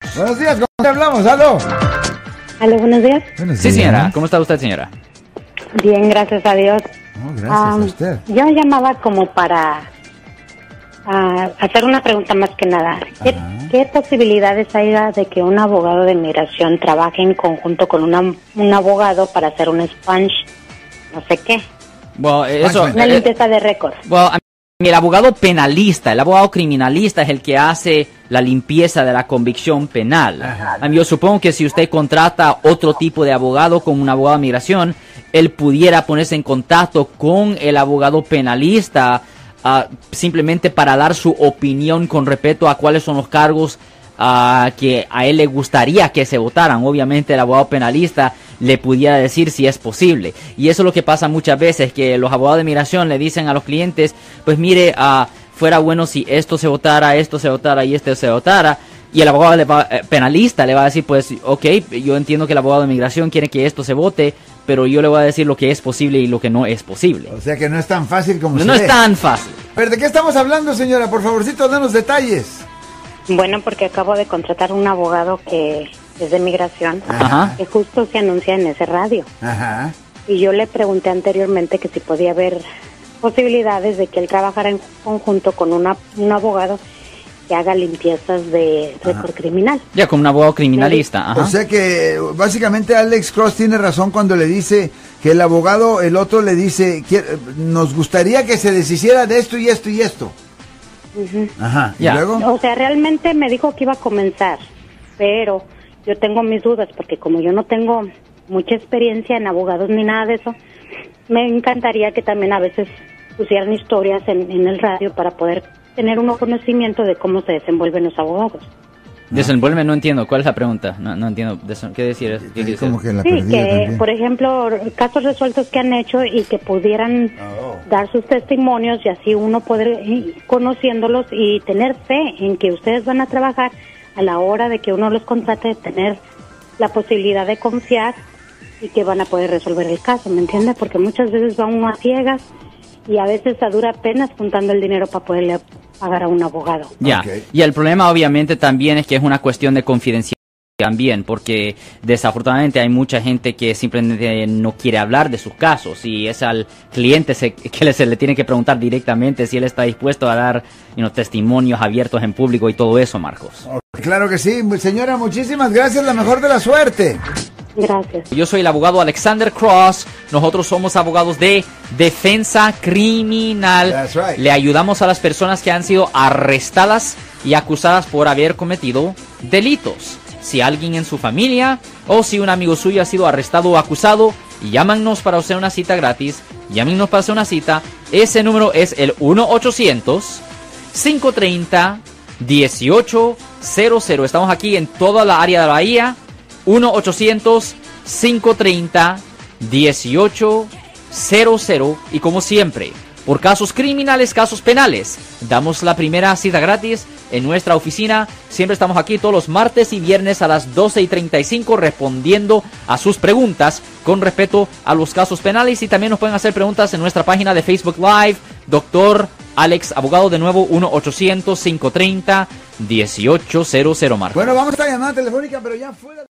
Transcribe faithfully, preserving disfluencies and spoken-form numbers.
Buenos días, ¿cómo te hablamos? ¿Aló? Aló, buenos días. Buenos Sí, días. señora. ¿Cómo está usted, señora? Bien, gracias a Dios. Oh, gracias Um, a usted. Yo llamaba como para ah, hacer una pregunta más que nada. ¿Qué, qué posibilidades hay de que un abogado de inmigración trabaje en conjunto con una, un abogado para hacer un sponge, no sé qué, Bueno, eso... una eh, limpieza de récord? Bueno, a mí, el abogado penalista, el abogado criminalista es el que hace la limpieza de la convicción penal. A mí, yo supongo que si usted contrata otro tipo de abogado como un abogado de migración, él pudiera ponerse en contacto con el abogado penalista uh, simplemente para dar su opinión con respecto a cuáles son los cargos uh, que a él le gustaría que se votaran. Obviamente el abogado penalista le pudiera decir si es posible. Y eso es lo que pasa muchas veces, que los abogados de migración le dicen a los clientes, pues mire, uh, fuera bueno si esto se votara, esto se votara y esto se votara. Y el abogado le va, eh, penalista le va a decir, pues, ok, yo entiendo que el abogado de migración quiere que esto se vote, pero yo le voy a decir lo que es posible y lo que no es posible. O sea que no es tan fácil como No, se no ve. es tan fácil. ¿Pero de qué estamos hablando, señora? Por favorcito, danos detalles. Bueno, porque acabo de contratar un abogado que es de migración, Ajá. que justo se anuncia en ese radio. Ajá. Y yo le pregunté anteriormente que si podía haber posibilidades de que él trabajara en conjunto con una, un abogado que haga limpiezas de récord criminal. Ya, como un abogado criminalista. Ajá. O sea que básicamente Alex Cross tiene razón cuando le dice que el abogado, el otro le dice, "Quier- nos gustaría que se deshiciera de esto y esto y esto". Ujú. Ajá. ¿Y Ya. luego? O sea, realmente me dijo que iba a comenzar, pero yo tengo mis dudas porque como yo no tengo mucha experiencia en abogados ni nada de eso, me encantaría que también a veces pusieran historias en, en el radio para poder tener un conocimiento de cómo se desenvuelven los abogados. Desenvuelve, no entiendo. ¿Cuál es la pregunta? No, no entiendo. Desen- ¿Qué decir? ¿Qué quiere decir? Como que la Sí, perdí que también. por ejemplo, casos resueltos que han hecho y que pudieran Oh. dar sus testimonios y así uno poder ir conociéndolos y tener fe en que ustedes van a trabajar a la hora de que uno los contrate, tener la posibilidad de confiar y que van a poder resolver el caso, ¿me entiende? Porque muchas veces va uno a ciegas y a veces a dura penas juntando el dinero para poderle pagar a un abogado. Ya. Ok. Y el problema obviamente también es que es una cuestión de confidencialidad también, porque desafortunadamente hay mucha gente que simplemente no quiere hablar de sus casos y es al cliente se, que le, se le tiene que preguntar directamente si él está dispuesto a dar you know, testimonios abiertos en público y todo eso, Marcos. Claro que sí. Señora, muchísimas gracias. La mejor de la suerte. Gracias. Yo soy el abogado Alexander Cross. Nosotros somos abogados de defensa criminal. That's right. Le ayudamos a las personas que han sido arrestadas y acusadas por haber cometido delitos. Si alguien en su familia o si un amigo suyo ha sido arrestado o acusado, llámanos para hacer una cita gratis. Llámenos para hacer una cita. Ese número es el uno ochocientos, cinco treinta, dieciocho cero cero. Estamos aquí en toda la área de la Bahía. uno ochocientos, cinco treinta, dieciocho cero cero. Y como siempre, por casos criminales, casos penales, damos la primera cita gratis en nuestra oficina. Siempre estamos aquí todos los martes y viernes a las doce y treinta y cinco respondiendo a sus preguntas con respecto a los casos penales. Y también nos pueden hacer preguntas en nuestra página de Facebook Live. Doctor Alex, abogado, de nuevo, uno ochocientos, cinco treinta, dieciocho cero cero, Marcos. Bueno, vamos a esta llamada telefónica, pero ya fuera.